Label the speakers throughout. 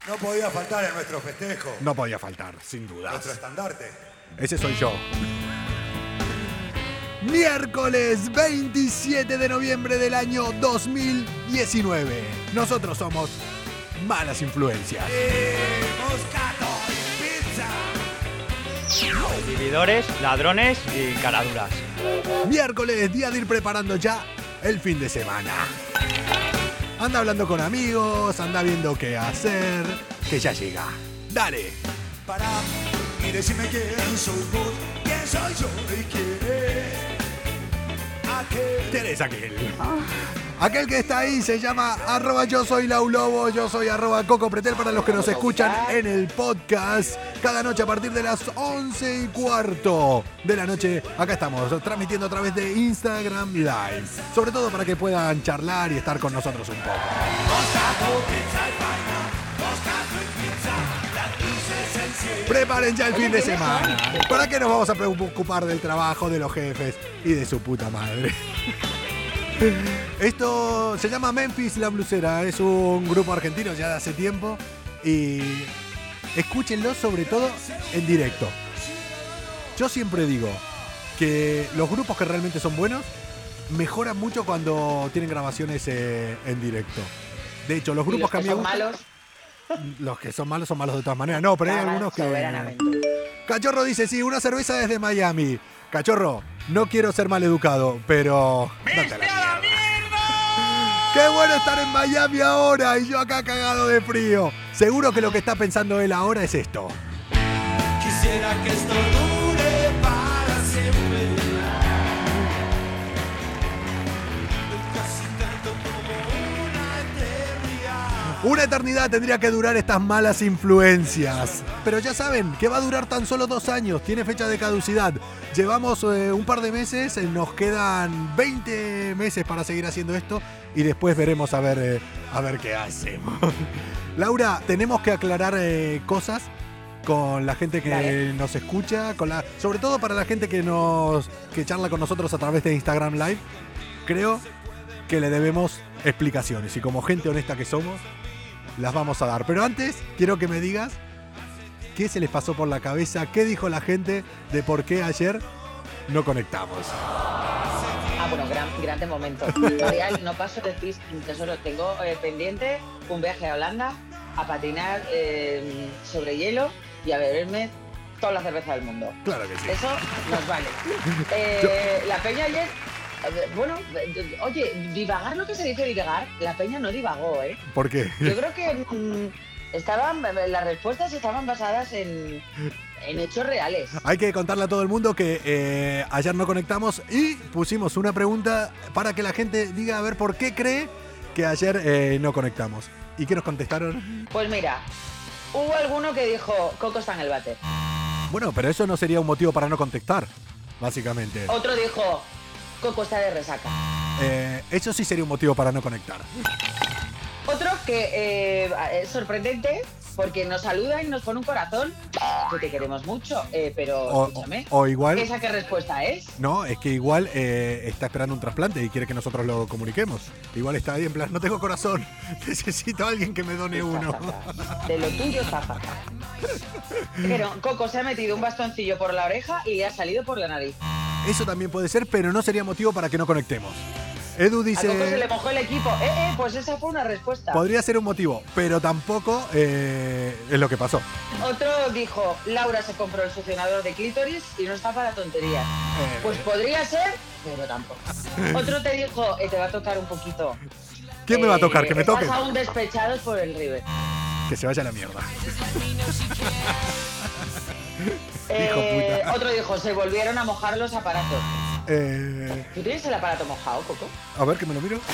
Speaker 1: No podía faltar en nuestro festejo.
Speaker 2: No podía faltar, sin duda.
Speaker 1: Nuestro estandarte.
Speaker 2: Ese soy yo. Miércoles 27 de noviembre del año 2019. Nosotros somos Malas Influencias.
Speaker 1: Moscato y pizza.
Speaker 3: Vividores, ladrones y caraduras.
Speaker 2: Miércoles, día de ir preparando ya el fin de semana. Anda hablando con amigos, anda viendo qué hacer, que ya llega. Dale.
Speaker 1: Pará y decime quién soy vos, quién soy yo y quién es aquel.
Speaker 2: ¿Quién es aquel? Aquel que está ahí se llama @yo soy Laulobo, yo soy @Coco Pretel para los que nos escuchan en el podcast. Cada noche a partir de las 11:15 de la noche, acá estamos transmitiendo a través de Instagram Live. Sobre todo para que puedan charlar y estar con nosotros un poco. Preparen ya el fin de semana. ¿Para qué nos vamos a preocupar del trabajo, de los jefes y de su puta madre? Esto se llama Memphis La Blusera, es un grupo argentino ya de hace tiempo y escúchenlo sobre todo en directo. Yo siempre digo que los grupos que realmente son buenos mejoran mucho cuando tienen grabaciones en directo. De hecho, los grupos que a mí me gustan,
Speaker 4: malos,
Speaker 2: los que son malos de todas maneras. No, pero hay algunos que...
Speaker 4: soberanamente.
Speaker 2: Cachorro dice, sí, una cerveza desde Miami. Cachorro, no quiero ser maleducado, pero... ¡Date a la mierda! ¡Qué bueno estar en Miami ahora! Y yo acá cagado de frío. Seguro que lo que está pensando él ahora es esto.
Speaker 1: Quisiera que esto dure para siempre. Casi tanto como una eternidad.
Speaker 2: Una eternidad tendría que durar estas malas influencias. Pero ya saben que va a durar tan solo 2 años. Tiene fecha de caducidad. Llevamos un par de meses. Nos quedan 20 meses para seguir haciendo esto. Y después veremos a ver qué hacemos. Laura, tenemos que aclarar cosas con la gente que nos escucha. Sobre todo para la gente que charla con nosotros a través de Instagram Live. Creo que le debemos explicaciones. Y como gente honesta que somos, las vamos a dar. Pero antes, quiero que me digas qué se les pasó por la cabeza, qué dijo la gente de por qué ayer no conectamos.
Speaker 4: Bueno, grande momento. Real, no paso de ti, tesoro. Tengo pendiente un viaje a Holanda a patinar sobre hielo y a beberme toda la cerveza del mundo.
Speaker 2: Claro que sí.
Speaker 4: Eso nos vale. La peña ayer... Bueno, oye, divagar lo que se dice divagar, la peña no divagó, ¿eh?
Speaker 2: ¿Por qué?
Speaker 4: Yo creo que las respuestas estaban basadas en hechos reales.
Speaker 2: Hay que contarle a todo el mundo que ayer no conectamos y pusimos una pregunta para que la gente diga a ver por qué cree que ayer no conectamos. ¿Y qué nos contestaron?
Speaker 4: Pues mira, hubo alguno que dijo, Coco está en el váter.
Speaker 2: Bueno, pero eso no sería un motivo para no contestar, básicamente.
Speaker 4: Otro dijo, Coco está de resaca.
Speaker 2: Eso sí sería un motivo para no conectar.
Speaker 4: Otro que es sorprendente porque nos saluda y nos pone un corazón, que te queremos mucho, pero escúchame,
Speaker 2: o igual,
Speaker 4: ¿esa qué respuesta es?
Speaker 2: No, es que igual está esperando un trasplante y quiere que nosotros lo comuniquemos. Igual está ahí en plan, no tengo corazón, necesito a alguien que me done uno.
Speaker 4: De lo tuyo, zafa. Pero Coco se ha metido un bastoncillo por la oreja y le ha salido por la nariz.
Speaker 2: Eso también puede ser, pero no sería motivo para que no conectemos. Edu dice...
Speaker 4: A Coco se le mojó el equipo. Pues esa fue una respuesta.
Speaker 2: Podría ser un motivo, pero tampoco es lo que pasó.
Speaker 4: Otro dijo, Laura se compró el succionador de clítoris y no está para tonterías. Pues podría ser, pero tampoco. Otro te dijo, te va a tocar un poquito.
Speaker 2: ¿Quién me va a tocar? Que me toque.
Speaker 4: Estás aún despechados por el River.
Speaker 2: Que se vaya a la mierda.
Speaker 4: Otro dijo, se volvieron a mojar los aparatos. ¿Tú tienes el aparato mojado, Coco?
Speaker 2: A ver, que me lo miro.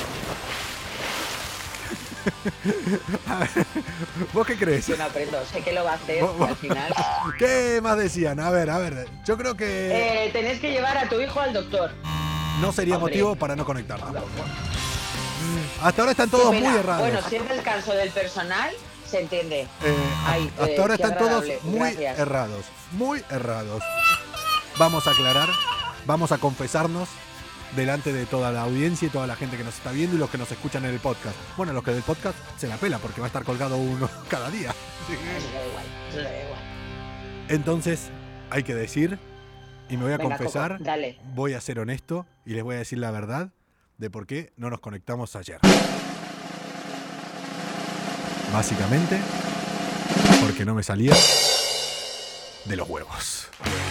Speaker 2: A ver, ¿vos qué crees?
Speaker 4: Yo no aprendo, sé que lo va a hacer al final.
Speaker 2: ¿Qué más decían? A ver, yo creo que...
Speaker 4: tenés que llevar a tu hijo al doctor.
Speaker 2: No sería motivo para no conectar tampoco. Hasta ahora están todos muy errados.
Speaker 4: Bueno, si es descanso del personal, se entiende.
Speaker 2: Hasta ahora están todos muy errados. Muy errados. Vamos a aclarar, vamos a confesarnos delante de toda la audiencia y toda la gente que nos está viendo y los que nos escuchan en el podcast. Bueno, los que del podcast se la pela porque va a estar colgado uno cada día.
Speaker 4: Eso le da igual, eso le da igual.
Speaker 2: Entonces, hay que decir, y me voy a
Speaker 4: Venga,
Speaker 2: confesar,
Speaker 4: Coco, dale.
Speaker 2: voy a ser honesto y les voy a decir la verdad de por qué no nos conectamos ayer. Básicamente, porque no me salía de los huevos.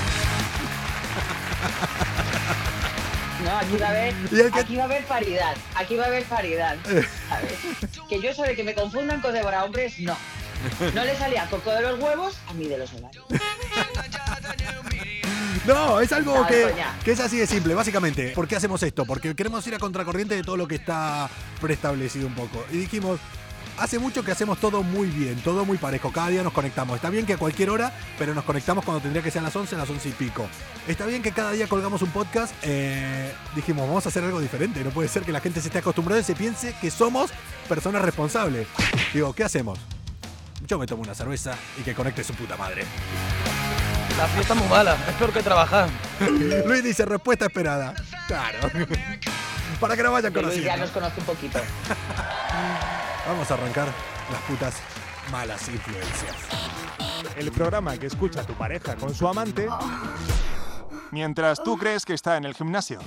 Speaker 4: No, aquí va a haber,
Speaker 2: Y el que-
Speaker 4: aquí va a haber paridad. Aquí va a haber paridad. A ver, que yo sobre que me confundan con Débora Hombres, no. No le salía a Coco de los huevos, a mí de los ovarios.
Speaker 2: No, es algo
Speaker 4: No,
Speaker 2: que
Speaker 4: coña.
Speaker 2: es así de simple, básicamente. ¿Por qué hacemos esto? Porque queremos ir a contracorriente de todo lo que está preestablecido un poco. Y dijimos, hace mucho que hacemos todo muy bien, todo muy parejo. Cada día nos conectamos. Está bien que a cualquier hora, pero nos conectamos cuando tendría que ser a las 11 y pico. Está bien que cada día colgamos un podcast. Dijimos, vamos a hacer algo diferente. No puede ser que la gente se esté acostumbrada y se piense que somos personas responsables. Digo, ¿qué hacemos? Yo me tomo una cerveza y que conecte su puta madre.
Speaker 5: La fiesta es muy mala, es peor que trabajar.
Speaker 2: Luis dice, respuesta esperada. Claro. Para que no vayan
Speaker 4: Que Luis ya
Speaker 2: conociendo.
Speaker 4: nos conoce un poquito.
Speaker 2: Vamos a arrancar las putas malas influencias.
Speaker 6: El programa que escucha tu pareja con su amante mientras tú crees que está en el gimnasio.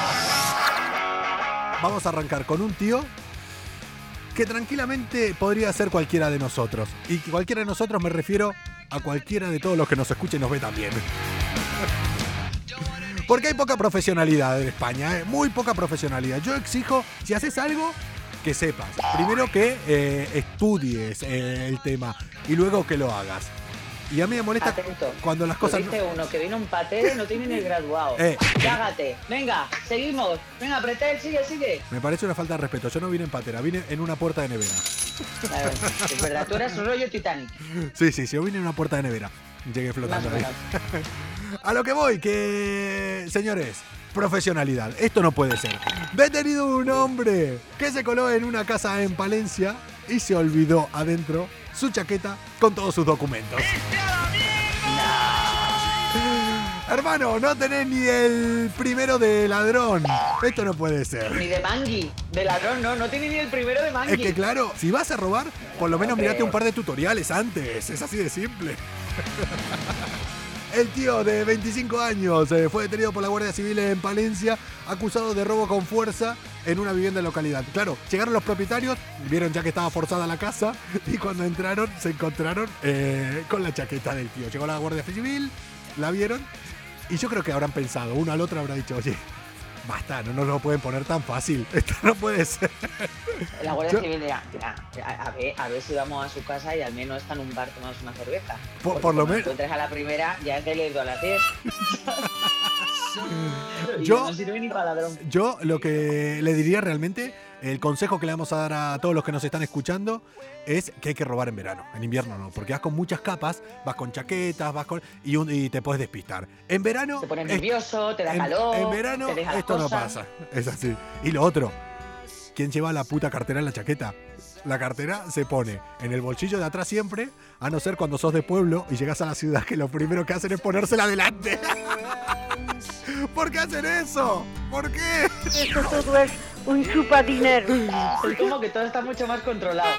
Speaker 2: Vamos a arrancar con un tío que tranquilamente podría ser cualquiera de nosotros. Y que cualquiera de nosotros me refiero a cualquiera de todos los que nos escuchen y nos ve también. Porque hay poca profesionalidad en España, muy poca profesionalidad. Yo exijo, si haces algo, que sepas. Primero que estudies el tema y luego que lo hagas. Y a mí me molesta
Speaker 4: Atento.
Speaker 2: cuando las cosas...
Speaker 4: Dice uno que vino un paté, no tiene ni el graduado. Cágate. Venga, seguimos. Venga, apreté, sigue.
Speaker 2: Me parece una falta de respeto. Yo no vine en patera, vine en una puerta de nevera.
Speaker 4: Claro, es verdad, tú eres rollo Titanic.
Speaker 2: Sí, yo vine en una puerta de nevera. Llegué flotando
Speaker 4: Más o
Speaker 2: ahí.
Speaker 4: menos.
Speaker 2: A lo que voy, que... Señores, profesionalidad. Esto no puede ser. Detenido un hombre que se coló en una casa en Palencia y se olvidó adentro su chaqueta con todos sus documentos. Hermano, no tenés ni el primero de ladrón. Esto no puede ser.
Speaker 4: Ni de mangui, de ladrón, no tiene ni el primero de mangui.
Speaker 2: Es que claro, si vas a robar, por lo menos
Speaker 4: Hombre.
Speaker 2: mirate un par de tutoriales antes. Es así de simple. El tío de 25 años fue detenido por la Guardia Civil en Palencia, acusado de robo con fuerza en una vivienda en la localidad. Claro, llegaron los propietarios, vieron ya que estaba forzada la casa y cuando entraron se encontraron con la chaqueta del tío. Llegó la Guardia Civil, la vieron y yo creo que habrán pensado, uno al otro habrá dicho, oye, basta, no nos lo pueden poner tan fácil, esto no puede ser.
Speaker 4: La Guardia Civil dirá, a ver si vamos a su casa y al menos está en un bar tomamos una cerveza.
Speaker 2: Por
Speaker 4: Porque
Speaker 2: lo
Speaker 4: como
Speaker 2: menos.
Speaker 4: encuentres a la primera, ya es de leído a las 10. Y
Speaker 2: Yo-
Speaker 4: no sirve ni para ladrón.
Speaker 2: Yo lo que le diría realmente, el consejo que le vamos a dar a todos los que nos están escuchando es que hay que robar en verano, en invierno no, porque vas con muchas capas, vas con chaquetas, y te puedes despistar. En verano...
Speaker 4: Te pones
Speaker 2: es-
Speaker 4: nervioso, te da calor.
Speaker 2: en verano
Speaker 4: te deja las
Speaker 2: esto no
Speaker 4: cosas.
Speaker 2: pasa, es así. Y lo otro, ¿quién lleva la puta cartera en la chaqueta? La cartera se pone en el bolsillo de atrás siempre, a no ser cuando sos de pueblo y llegas a la ciudad que lo primero que hacen es ponérsela adelante. ¿Por qué hacen eso? ¿Por qué?
Speaker 7: Eso todo es un chupadinero.
Speaker 4: Es como que todo está mucho más controlado.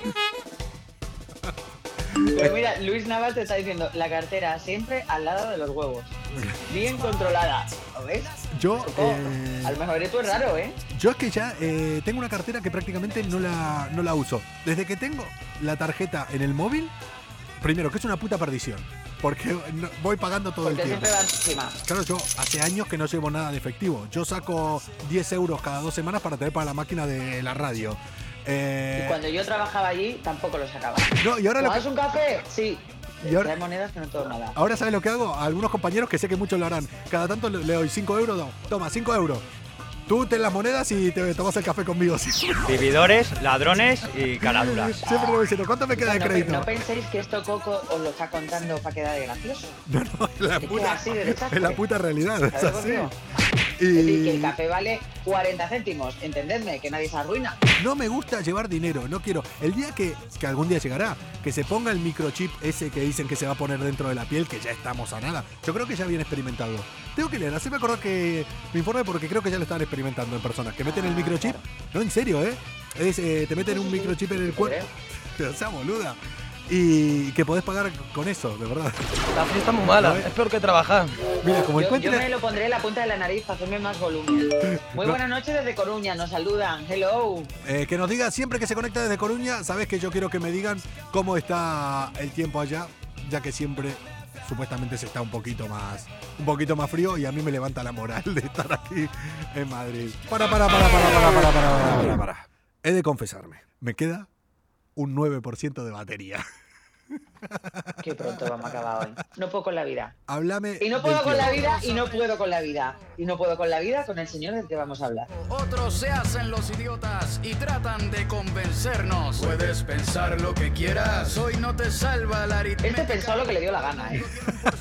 Speaker 4: Pues mira, Luis Navas te está diciendo, la cartera siempre al lado de los huevos. Bien controlada. ¿Lo ves?
Speaker 2: Yo,
Speaker 4: Coco, a lo mejor esto es raro, ¿eh?
Speaker 2: yo es que ya tengo una cartera que prácticamente no la uso. Desde que tengo la tarjeta en el móvil, primero que es una puta perdición, porque voy pagando todo
Speaker 4: Porque
Speaker 2: el tiempo.
Speaker 4: siempre va encima.
Speaker 2: Claro, yo hace años que no llevo nada de efectivo. Yo saco 10 euros cada 2 semanas para tener para la máquina de la radio.
Speaker 4: Y cuando yo trabajaba allí, tampoco lo sacaba.
Speaker 2: No, y ahora lo
Speaker 4: ¿Tomas
Speaker 2: que,
Speaker 4: un café? Sí.
Speaker 2: Y ahora-
Speaker 4: Trae monedas que no todo nada.
Speaker 2: ahora ¿sabes lo que hago? A algunos compañeros que sé que muchos lo harán. Cada tanto le doy 5 euros, no. Toma, 5 euros. Tú ten las monedas y te tomas el café conmigo.
Speaker 3: Vividores, ladrones y caraduras.
Speaker 2: Siempre le voy diciendo, ¿cuánto me queda de
Speaker 4: No,
Speaker 2: crédito?
Speaker 4: no penséis que esto Coco os lo está contando para quedar de gracioso.
Speaker 2: No, es la
Speaker 4: Es que
Speaker 2: puta,
Speaker 4: así de desastre.
Speaker 2: es la puta realidad, es
Speaker 4: ¿Sabes
Speaker 2: así.
Speaker 4: conmigo? Es decir, que el
Speaker 2: Y
Speaker 4: café vale 40 céntimos. Entendedme, que nadie se arruina.
Speaker 2: no me gusta llevar dinero, no quiero. El día que algún día llegará, que se ponga el microchip ese que dicen que se va a poner dentro de la piel, que ya estamos a nada. Yo creo que ya viene experimentado. Tengo que leer, así me acordó que me informe porque creo que ya lo estaban experimentando en personas. Que meten el microchip. No, en serio, ¿eh? Te meten un microchip en el cuerpo. O sea, boluda. y que podés pagar con eso, de verdad.
Speaker 5: La fiesta es muy mala, es peor que trabajar.
Speaker 2: Mira, como
Speaker 4: Yo
Speaker 2: encuentres...
Speaker 4: me lo pondré en la punta de la nariz para hacerme más volumen. Muy buenas noches desde Coruña, nos saludan. Hello.
Speaker 2: Que nos diga siempre que se conecta desde Coruña, sabés que yo quiero que me digan cómo está el tiempo allá, ya que siempre supuestamente se está un poquito más frío y a mí me levanta la moral de estar aquí en Madrid. Para. He de confesarme, me queda un 9% de batería.
Speaker 4: Qué pronto vamos a acabar hoy. No puedo con la vida.
Speaker 2: Háblame.
Speaker 4: Y no puedo
Speaker 2: del
Speaker 4: con la
Speaker 2: tiempo.
Speaker 4: vida y no puedo con la vida. Y no puedo con la vida con el señor del que vamos a hablar.
Speaker 8: Otros se hacen los idiotas y tratan de convencernos. Puedes pensar lo que quieras, hoy no te salva la aritmética.
Speaker 4: Este pensó lo que le dio la gana, ¿eh?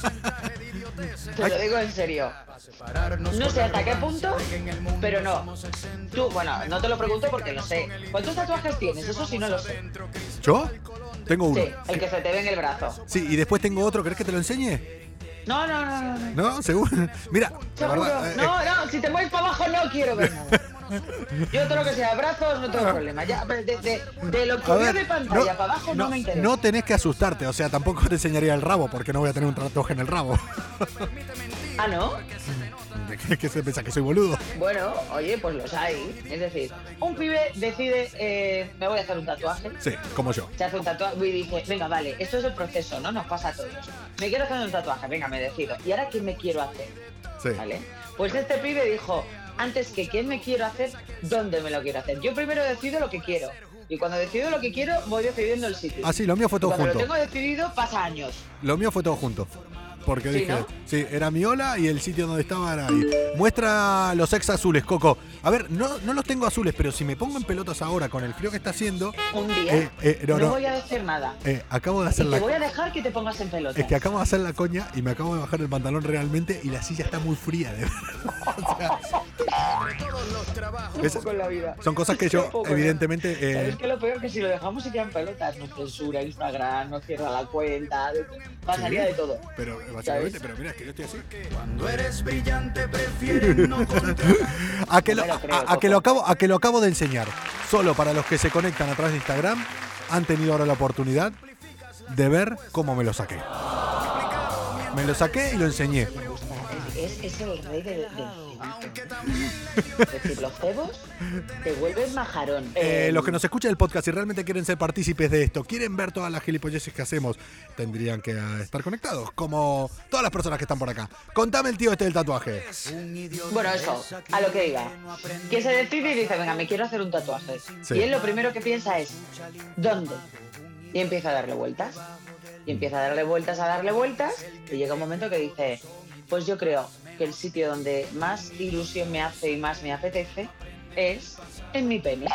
Speaker 4: Te lo digo en serio. No sé hasta qué punto, pero no. Tú, bueno, no te lo pregunto porque lo sé. ¿Cuántos tatuajes tienes? Eso sí no lo sé.
Speaker 2: ¿Yo? Tengo uno.
Speaker 4: Sí, el que se te ve en el brazo.
Speaker 2: Sí, y después tengo otro. ¿Querés que te lo enseñe?
Speaker 4: No.
Speaker 2: ¿No? ¿Seguro? Mira, la
Speaker 4: Seguro.
Speaker 2: verdad...
Speaker 4: No, si te mueves para abajo no quiero ver nada. Yo todo lo que sea brazos no tengo problema. Ya, de lo que
Speaker 2: A
Speaker 4: veo
Speaker 2: ver,
Speaker 4: de pantalla para abajo no me interesa.
Speaker 2: No tenés que asustarte, o sea, tampoco te enseñaría el rabo, porque no voy a tener un tatuaje en el rabo.
Speaker 4: Ah, ¿no?
Speaker 2: ¿Qué se piensa? ¿Que soy boludo?
Speaker 4: Bueno, oye, pues los hay. Es decir, un pibe decide, me voy a hacer un tatuaje.
Speaker 2: Sí, como yo.
Speaker 4: Se hace un tatuaje y dice, venga, vale, esto es el proceso, ¿no? Nos pasa a todos. Me quiero hacer un tatuaje, venga, me decido. ¿Y ahora qué me quiero hacer?
Speaker 2: Sí.
Speaker 4: ¿Vale? Pues este pibe dijo, antes que qué me quiero hacer, ¿dónde me lo quiero hacer? Yo primero decido lo que quiero. Y cuando decido lo que quiero, voy decidiendo el sitio.
Speaker 2: Ah, sí, lo mío fue todo
Speaker 4: Cuando
Speaker 2: junto.
Speaker 4: lo tengo decidido, pasa años.
Speaker 2: Lo mío fue todo junto. Porque
Speaker 4: Sí,
Speaker 2: dije,
Speaker 4: ¿no?
Speaker 2: sí, era mi ola y el sitio donde estaba era ahí. Muestra los ex azules, Coco. A ver, no los tengo azules, pero si me pongo en pelotas ahora con el frío que está haciendo...
Speaker 4: Un día no voy a decir nada.
Speaker 2: Acabo de hacer
Speaker 4: Y
Speaker 2: la...
Speaker 4: te voy a dejar que te pongas en pelotas.
Speaker 2: Es que acabo de hacer la coña y me acabo de bajar el pantalón realmente y la silla está muy fría, de verdad. O sea,
Speaker 4: Un poco en la vida.
Speaker 2: son cosas que yo,
Speaker 4: Un poco,
Speaker 2: evidentemente...
Speaker 4: ¿Sabes qué? Lo peor que si lo dejamos se quedan pelotas. Nos censura Instagram, nos cierra la cuenta. Pasaría de todo.
Speaker 2: Pero básicamente, pero mira, es que yo estoy así.
Speaker 8: Cuando eres brillante prefieren no contratar.
Speaker 2: A que lo acabo de enseñar. Solo para los que se conectan a través de Instagram han tenido ahora la oportunidad de ver cómo me lo saqué. Me lo saqué y lo enseñé.
Speaker 4: Es el rey del es decir, los cebos te vuelves majarón.
Speaker 2: Los que nos escuchan el podcast y realmente quieren ser partícipes de esto, quieren ver todas las gilipolleces que hacemos, tendrían que estar conectados, como todas las personas que están por acá. Contame el tío este del tatuaje.
Speaker 4: Bueno, eso, a lo que iba. Que se decide y dice, venga, me quiero hacer un tatuaje.
Speaker 2: Sí.
Speaker 4: Y él lo primero que piensa es, ¿dónde? Y empieza a darle vueltas. Y empieza a darle vueltas, y llega un momento que dice, pues yo creo que el sitio donde más ilusión me hace y más me apetece es en mi pene.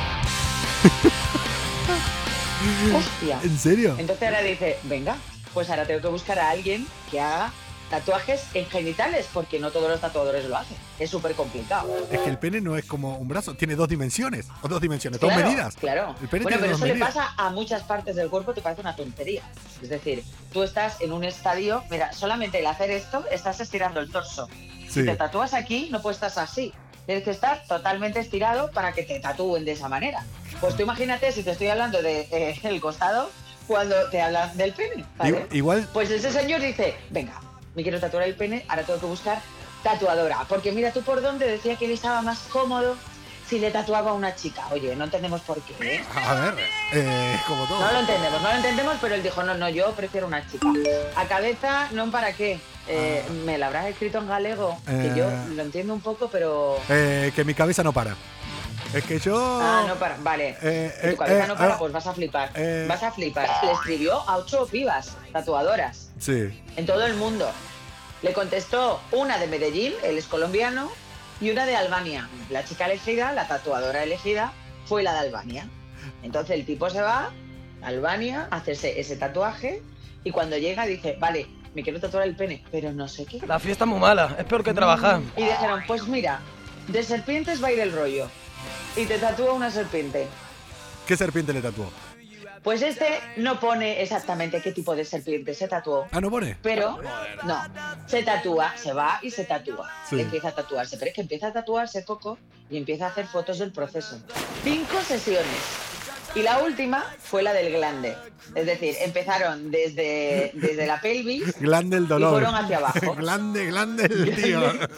Speaker 4: ¡Hostia!
Speaker 2: ¿En serio?
Speaker 4: Entonces ahora dice, venga, pues ahora tengo que buscar a alguien que haga tatuajes en genitales, porque no todos los tatuadores lo hacen. Es súper complicado.
Speaker 2: Es que el pene no es como un brazo, tiene dos dimensiones, dos
Speaker 4: Claro,
Speaker 2: medidas.
Speaker 4: Claro.
Speaker 2: El pene
Speaker 4: Bueno,
Speaker 2: tiene
Speaker 4: pero
Speaker 2: dos
Speaker 4: eso le
Speaker 2: medidas.
Speaker 4: pasa a muchas partes del cuerpo, te parece una tontería. Es decir, tú estás en un estadio, mira, solamente el hacer esto, estás estirando el torso.
Speaker 2: Sí.
Speaker 4: Si te tatúas aquí, no puedes estar así. Tienes que estar totalmente estirado para que te tatúen de esa manera. Pues tú imagínate si te estoy hablando de el costado cuando te hablan del pene, ¿vale?
Speaker 2: Igual,
Speaker 4: Pues ese señor dice, venga, me quiero tatuar el pene, ahora tengo que buscar tatuadora. Porque mira tú por dónde decía que él estaba más cómodo si le tatuaba a una chica. Oye, no entendemos por qué, ¿eh?
Speaker 2: a ver, como todo.
Speaker 4: No lo entendemos, pero él dijo, no, yo prefiero una chica. A cabeza, non para qué. Me la habrás escrito en galego, que yo lo entiendo un poco, pero...
Speaker 2: Que mi cabeza no para. Es que yo...
Speaker 4: Ah, no para, vale. Si tu cabeza no para, pues vas a flipar. Vas a flipar. Le escribió a 8 pibas tatuadoras
Speaker 2: Sí.
Speaker 4: en todo el mundo. Le contestó una de Medellín, él es colombiano, y una de Albania. La chica elegida, la tatuadora elegida, fue la de Albania. Entonces el tipo se va a Albania a hacerse ese tatuaje y cuando llega dice, vale, me quiero tatuar el pene, pero no sé qué.
Speaker 5: La fiesta es muy mala, es peor que trabajar.
Speaker 4: Y dijeron, pues mira, de serpientes va a ir el rollo. Y te tatúa una serpiente.
Speaker 2: ¿Qué serpiente le tatuó?
Speaker 4: Pues este no pone exactamente qué tipo de serpiente se tatuó.
Speaker 2: Ah, ¿no pone?
Speaker 4: Pero, no, se tatúa, se va y se tatúa.
Speaker 2: Sí.
Speaker 4: Empieza a tatuarse, pero es que empieza a tatuarse poco y empieza a hacer fotos del proceso. 5 sesiones. Y la última fue la del glande. Es decir, empezaron desde la pelvis
Speaker 2: Glande el dolor.
Speaker 4: y fueron hacia abajo.
Speaker 2: Glande el tío.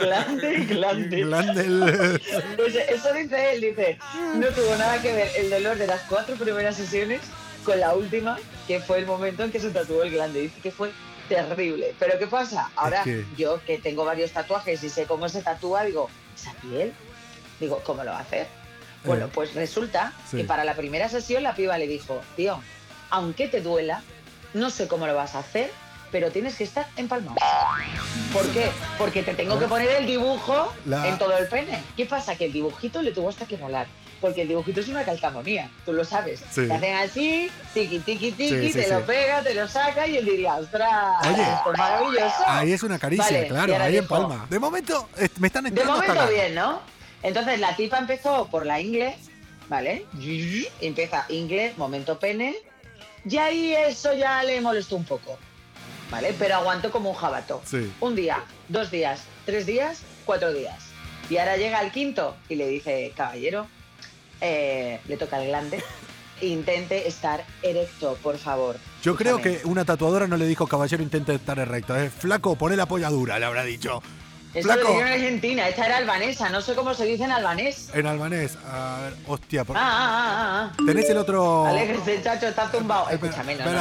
Speaker 4: Glande. Pues eso dice él, dice, no tuvo nada que ver el dolor de las 4 primeras sesiones con la última, que fue el momento en que se tatuó el glande. Dice que fue terrible. Pero ¿qué pasa? Ahora, yo que tengo varios tatuajes y sé cómo se tatúa, digo, ¿esa piel? Digo, ¿cómo lo va a hacer? Bueno, pues resulta que para la primera sesión la piba le dijo, tío, aunque te duela, no sé cómo lo vas a hacer, pero tienes que estar empalmado. ¿Por qué? Porque te tengo que poner el dibujo en todo el pene. ¿Qué pasa? Que el dibujito le tuvo hasta que molar. Porque el dibujito es una calcamonía, tú lo sabes.
Speaker 2: Sí.
Speaker 4: Te hacen así, tiqui,
Speaker 2: Sí,
Speaker 4: te lo pega, te lo saca y él diría, ostras,
Speaker 2: Oye,
Speaker 4: esto es maravilloso.
Speaker 2: Ahí es una caricia,
Speaker 4: Vale,
Speaker 2: claro, ahí en palma. De momento, me están entrando
Speaker 4: De momento
Speaker 2: hasta acá.
Speaker 4: bien, ¿no? Entonces la tipa empezó por la ingle, ¿vale? Empieza ingle, momento pene. Y ahí eso ya le molestó un poco, ¿vale? Pero aguantó como un jabato.
Speaker 2: Sí.
Speaker 4: 1 día, 2 días, 3 días, 4 días. Y ahora llega el quinto y le dice, caballero, le toca el glande, intente estar erecto, por favor.
Speaker 2: Yo creo que una tatuadora no le dijo, caballero, intente estar erecto. Flaco, poné la polla dura, le habrá dicho.
Speaker 4: Eso
Speaker 2: Flaco.
Speaker 4: lo dijeron en Argentina, esta era albanesa, no sé cómo se dice en albanés.
Speaker 2: En albanés, a ver, hostia.
Speaker 4: Tenés
Speaker 2: el otro...
Speaker 4: Alex, chacho, está tumbado. Escúchame, no.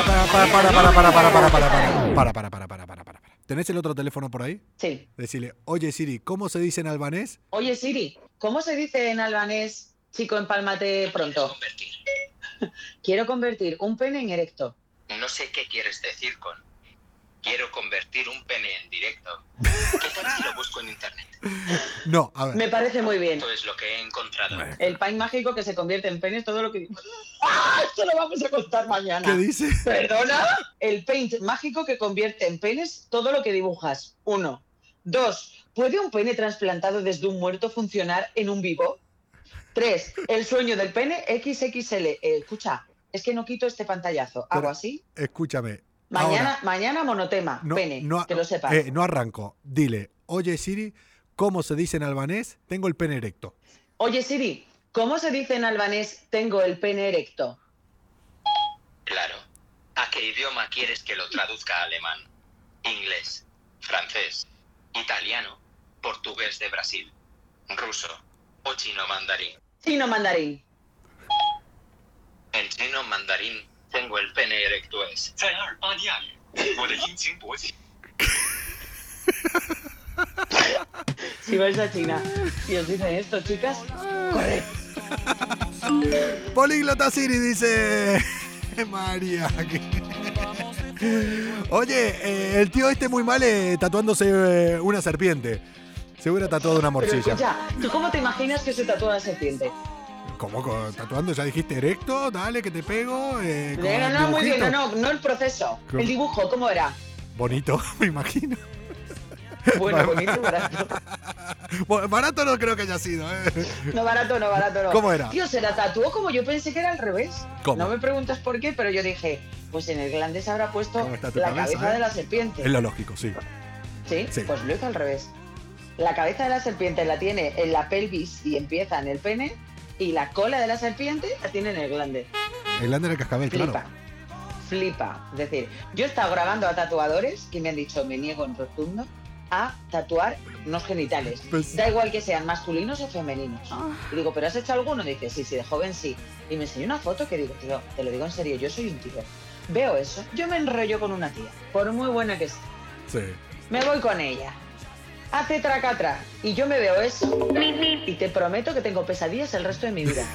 Speaker 2: Para. ¿Tenés el otro teléfono por ahí?
Speaker 4: Sí.
Speaker 2: Decile, oye Siri, ¿cómo se dice en albanés?
Speaker 4: Oye Siri, ¿cómo se dice en albanés, chico, empálmate pronto? Quiero convertir un pene en erecto.
Speaker 9: No sé qué quieres decir con quiero convertir un pene en directo. ¿Qué tal si lo busco en internet?
Speaker 2: No, a ver.
Speaker 4: Me parece muy bien.
Speaker 9: Esto es lo que he encontrado.
Speaker 4: El pain mágico que se convierte en pene es todo lo que... ¡Ah! Esto lo vamos a contar mañana.
Speaker 2: ¿Qué dice?
Speaker 4: ¿Perdona? El paint mágico que convierte en penes todo lo que dibujas. 1. 2. ¿Puede un pene trasplantado desde un muerto funcionar en un vivo? 3. El sueño del pene XXL. Escucha, es que no quito este pantallazo. ¿Hago
Speaker 2: Pero,
Speaker 4: así?
Speaker 2: Escúchame.
Speaker 4: Mañana monotema, pene, que lo sepas.
Speaker 2: No arranco. Dile, oye Siri, ¿cómo se dice en albanés? Tengo el pene erecto.
Speaker 4: Oye Siri, ¿cómo se dice en albanés tengo el pene erecto?
Speaker 9: Claro. ¿A qué idioma quieres que lo traduzca? Alemán, inglés, francés, italiano, portugués de Brasil, ruso o chino mandarín.
Speaker 4: Chino mandarín.
Speaker 9: En chino mandarín tengo el pene erecto es.
Speaker 4: Si vais a China y os dicen esto, chicas, corred.
Speaker 2: Políglota Siri dice... María. Oye, el tío muy mal tatuándose una serpiente. Se hubiera tatuado una morcilla.
Speaker 4: Pero escucha, ¿tú cómo te imaginas que se tatúa la serpiente?
Speaker 2: ¿Cómo tatuando? ¿Ya dijiste erecto? Dale, que te pego.
Speaker 4: No, muy bien, no el proceso.
Speaker 2: ¿Cómo?
Speaker 4: El dibujo, ¿cómo era?
Speaker 2: Bonito, me imagino.
Speaker 4: Bueno, bonito y barato.
Speaker 2: Bueno, barato no creo que haya sido,
Speaker 4: No, barato no.
Speaker 2: ¿Cómo era?
Speaker 4: Tío, se la tatuó como yo pensé que era al revés.
Speaker 2: ¿Cómo?
Speaker 4: No me preguntas por qué, pero yo dije, pues en el glande se habrá puesto la cabeza de la serpiente.
Speaker 2: Es lo lógico, sí.
Speaker 4: ¿Sí? Pues lo hizo al revés. La cabeza de la serpiente la tiene en la pelvis y empieza en el pene, y la cola de la serpiente la tiene en el glande.
Speaker 2: El glande del cascabel, claro.
Speaker 4: Flipa. Es decir, yo he estado grabando a tatuadores que me han dicho, me niego en rotundo a tatuar unos genitales.
Speaker 2: Pues...
Speaker 4: Da igual que sean masculinos o femeninos. Y digo, ¿pero has hecho alguno? Dice, sí, de joven sí. Y me enseñó una foto que digo, tío, te lo digo en serio, yo soy un tío. Veo eso, yo me enrollo con una tía, por muy buena que sea.
Speaker 2: Sí.
Speaker 4: Me voy con ella. Hace tracatra. Y yo me veo eso. Y te prometo que tengo pesadillas el resto de mi vida.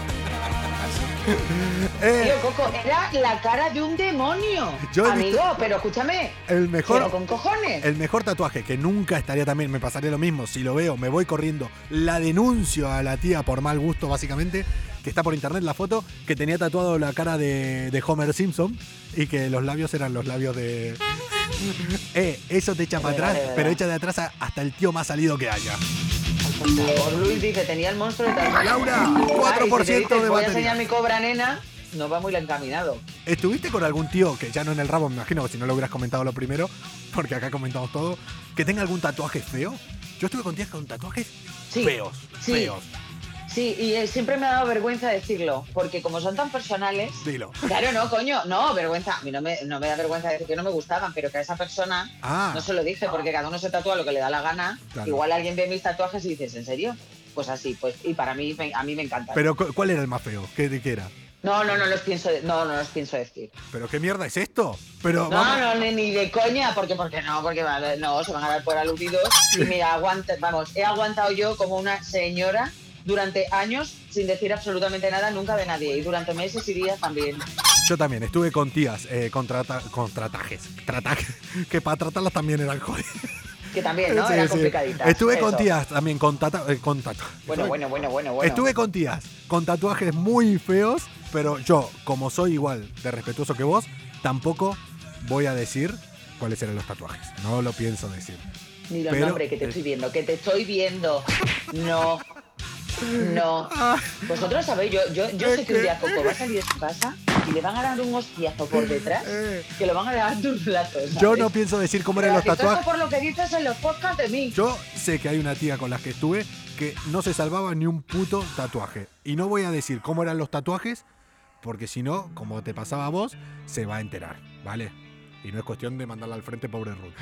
Speaker 4: Tío, Coco, era la cara de un demonio. Amigo, pero escúchame.
Speaker 2: El mejor.
Speaker 4: Pero con cojones.
Speaker 2: El mejor tatuaje, que nunca estaría también, me pasaría lo mismo. Si lo veo, me voy corriendo. La denuncio a la tía por mal gusto, básicamente. Que está por internet la foto, que tenía tatuado la cara de Homer Simpson y que los labios eran los labios de... eso te echa para atrás, pero echa de atrás hasta el tío más salido que haya.
Speaker 4: Por favor, Luis dice, tenía el monstruo de tal...
Speaker 2: Laura, 4%
Speaker 4: si
Speaker 2: de
Speaker 4: voy
Speaker 2: batería.
Speaker 4: a enseñar mi cobra nena, no va muy encaminado.
Speaker 2: ¿Estuviste con algún tío, que ya no en el rabo, me imagino, si no lo hubieras comentado lo primero, porque acá comentamos todo, que tenga algún tatuaje feo? Yo estuve con tías con tatuajes feos.
Speaker 4: Sí, y siempre me ha dado vergüenza decirlo, porque como son tan personales...
Speaker 2: Dilo.
Speaker 4: Claro, no, coño, no, vergüenza. A mí no me da vergüenza decir que no me gustaban, pero que a esa persona no se lo dije, porque cada uno se tatúa lo que le da la gana. Claro. Igual alguien ve mis tatuajes y dices, ¿en serio? Pues así, pues, y para mí, a mí me encanta.
Speaker 2: Pero, ¿cuál era el más feo? ¿Qué era?
Speaker 4: No los pienso decir.
Speaker 2: ¿Pero qué mierda es esto? Pero
Speaker 4: no, ni de coña, porque no, se van a dar por aludidos. Y mira, he aguantado yo como una señora durante años sin decir absolutamente nada nunca de nadie, y durante meses y días también.
Speaker 2: Yo también estuve con tías con tratajes, que para tratarlas también eran jodidas.
Speaker 4: Que también, ¿no?
Speaker 2: Sí,
Speaker 4: Era
Speaker 2: sí.
Speaker 4: complicadita.
Speaker 2: Estuve con tías también con
Speaker 4: Bueno.
Speaker 2: Estuve con tías con tatuajes muy feos, pero yo, como soy igual de respetuoso que vos, tampoco voy a decir cuáles eran los tatuajes. No lo pienso decir.
Speaker 4: Ni los nombres, que te estoy viendo. No. Vosotros sabéis, yo sé que un día Coco va a salir de su casa y le van a dar un hostiazo por detrás que lo van a dejar tus platos.
Speaker 2: Yo no pienso decir cómo eran los tatuajes.
Speaker 4: Por lo que dices en los podcasts de mí.
Speaker 2: Yo sé que hay una tía con la que estuve que no se salvaba ni un puto tatuaje. Y no voy a decir cómo eran los tatuajes, porque si no, como te pasaba a vos, se va a enterar, ¿vale? Y no es cuestión de mandarla al frente, pobre Ruth.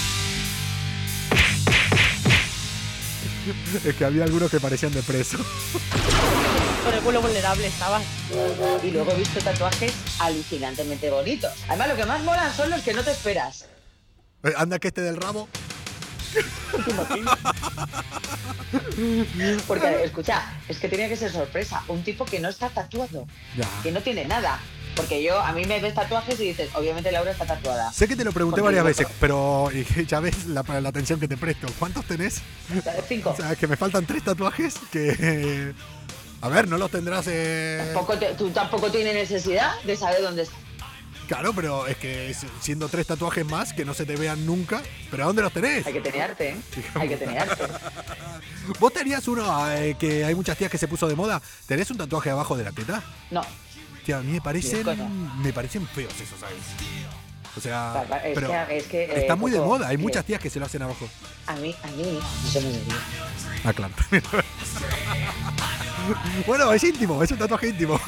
Speaker 2: Es que había algunos que parecían de preso.
Speaker 10: Con el culo vulnerable estabas.
Speaker 4: Y luego he visto tatuajes alucinantemente bonitos. Además, lo que más molan son los que no te esperas.
Speaker 2: Anda que del rabo.
Speaker 4: Porque, escucha, es que tenía que ser sorpresa. Un tipo que no está tatuado, que no tiene nada. Porque a mí me ves tatuajes y dices, obviamente Laura está tatuada.
Speaker 2: Sé que te lo pregunté varias veces, pero ya ves la atención que te presto. ¿Cuántos tenés?
Speaker 4: 5.
Speaker 2: O sea, que me faltan 3 tatuajes que... A ver, no los tendrás...
Speaker 4: Tú tampoco tienes necesidad de saber dónde está.
Speaker 2: Claro, pero es que siendo 3 tatuajes más, que no se te vean nunca. ¿Pero a dónde los tenés?
Speaker 4: Hay que tener arte, ¿eh? Hay que tener arte.
Speaker 2: ¿Vos tenías uno que hay muchas tías que se puso de moda? ¿Tenés un tatuaje abajo de la teta?
Speaker 4: No.
Speaker 2: Tía, a mí me parecen feos esos, ¿sabes? O sea,
Speaker 4: es que
Speaker 2: está muy de moda. Hay muchas tías que se lo hacen abajo.
Speaker 4: A mí, yo me diría.
Speaker 2: Ah, claro. Bueno, es íntimo, es un tatuaje íntimo.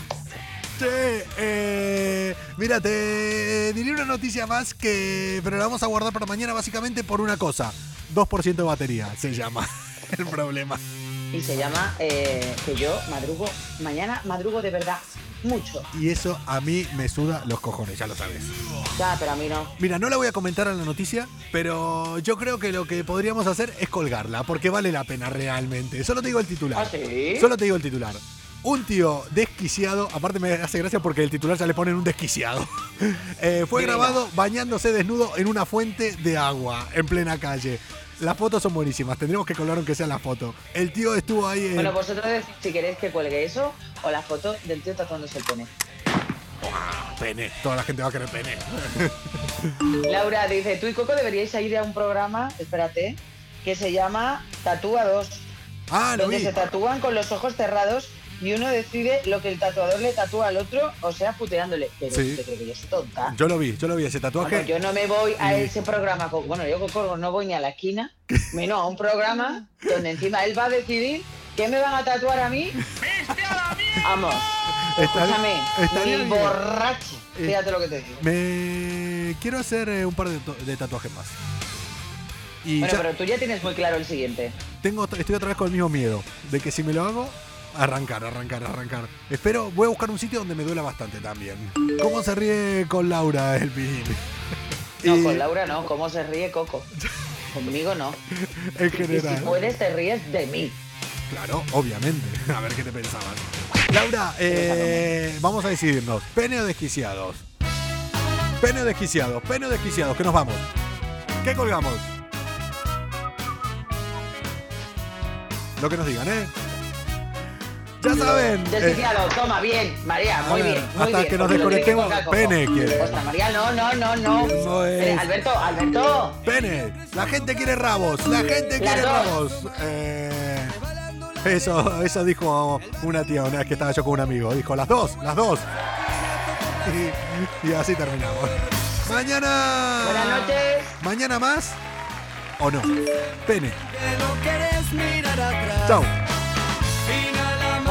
Speaker 2: Che, mira, te diré una noticia más pero la vamos a guardar para mañana básicamente por una cosa. 2% de batería se llama el problema.
Speaker 4: Y se llama que yo mañana madrugo de verdad mucho.
Speaker 2: Y eso a mí me suda los cojones, ya lo sabes.
Speaker 4: Ya, pero a mí no.
Speaker 2: Mira, no la voy a comentar en la noticia, pero yo creo que lo que podríamos hacer es colgarla, porque vale la pena realmente. Solo te digo el titular.
Speaker 4: ¿Ah, sí?
Speaker 2: Solo te digo el titular. Un tío desquiciado, aparte me hace gracia porque el titular ya le ponen un desquiciado. Fue grabado bañándose desnudo en una fuente de agua en plena calle. Las fotos son buenísimas, tendremos que colgar aunque sea la foto. El tío estuvo ahí.
Speaker 4: Bueno, vosotros decís si queréis que cuelgue eso o la foto del tío tatuándose el pene.
Speaker 2: Pene, toda la gente va a querer pene.
Speaker 4: Laura dice, tú y Coco deberíais ir a un programa, espérate, que se llama Tatúa 2. Donde se tatúan con los ojos cerrados y uno decide lo que el tatuador le tatúa al otro, o sea, puteándole. Pero
Speaker 2: sí.
Speaker 4: Yo creo que yo soy tonta.
Speaker 2: Yo lo vi ese tatuaje.
Speaker 4: Bueno, yo no me voy a ese programa, yo no voy ni a la esquina, menos a un programa donde encima él va a decidir qué me van a tatuar a mí. Vamos, escúchame, ni borracho, fíjate lo que te digo.
Speaker 2: Quiero hacer un par de tatuajes más. Y
Speaker 4: bueno, pero tú ya tienes muy claro el siguiente.
Speaker 2: Estoy otra vez con el mismo miedo, de que si me lo hago... Arrancar. Voy a buscar un sitio donde me duela bastante también. ¿Cómo se ríe con Laura el Pidín?
Speaker 4: No, con Laura no. ¿Cómo se ríe Coco? Conmigo no.
Speaker 2: En general.
Speaker 4: Y si puedes, te ríes de mí.
Speaker 2: Claro, obviamente. A ver qué te pensabas. Laura, vamos a decidirnos. ¿Pene o desquiciados? Pene o desquiciados. ¿Qué nos vamos? ¿Qué colgamos? Lo que nos digan, ¿eh? Ya saben.
Speaker 4: Desquiciado, toma, bien, María, muy bien.
Speaker 2: Hasta que nos desconectemos. Pene quiere.
Speaker 4: Ostras, María, no.
Speaker 2: Eso es.
Speaker 4: Alberto.
Speaker 2: Pene. La gente quiere rabos. Eso dijo una tía una vez que estaba yo con un amigo. Dijo, las dos. Y así terminamos. Mañana.
Speaker 4: Buenas noches.
Speaker 2: Mañana más. ¿O no? Pene. Chau.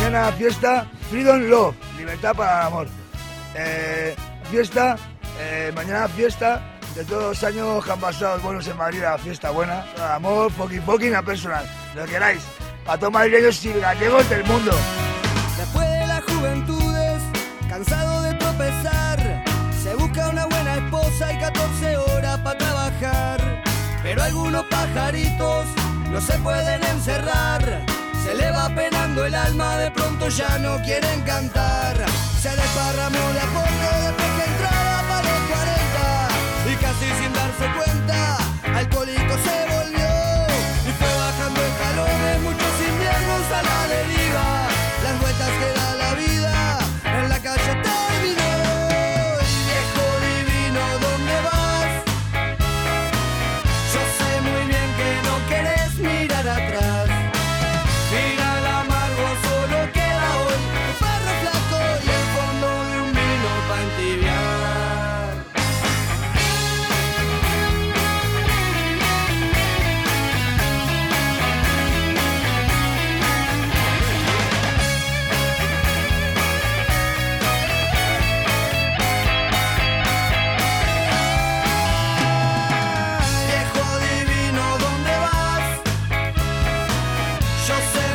Speaker 11: mañana fiesta, Freedom Love, libertad para el amor. Fiesta, mañana fiesta de todos los años que han pasado buenos en Madrid, la fiesta buena, amor, fucking a personal, lo que queráis, para todos madrileños y gallegos del mundo.
Speaker 12: Después de las juventudes, cansado de tropezar, se busca una buena esposa y 14 horas para trabajar. Pero algunos pajaritos no se pueden encerrar, se le va penando el alma, de pronto ya no quieren cantar. Se desparramó de a poco después que entraba para los 40 y casi sin darse cuenta, alcohólico se volvió y fue bajando escalones, muchos inviernos a la deriva. Las vueltas que da la vida en la calle terminó. El viejo divino, ¿dónde vas? Yo sé muy bien que no querés mirar atrás. Mira el amargo, solo queda hoy tu perro flaco y el fondo de un vino para entibiar. Viejo divino, ¿dónde vas? Yo sé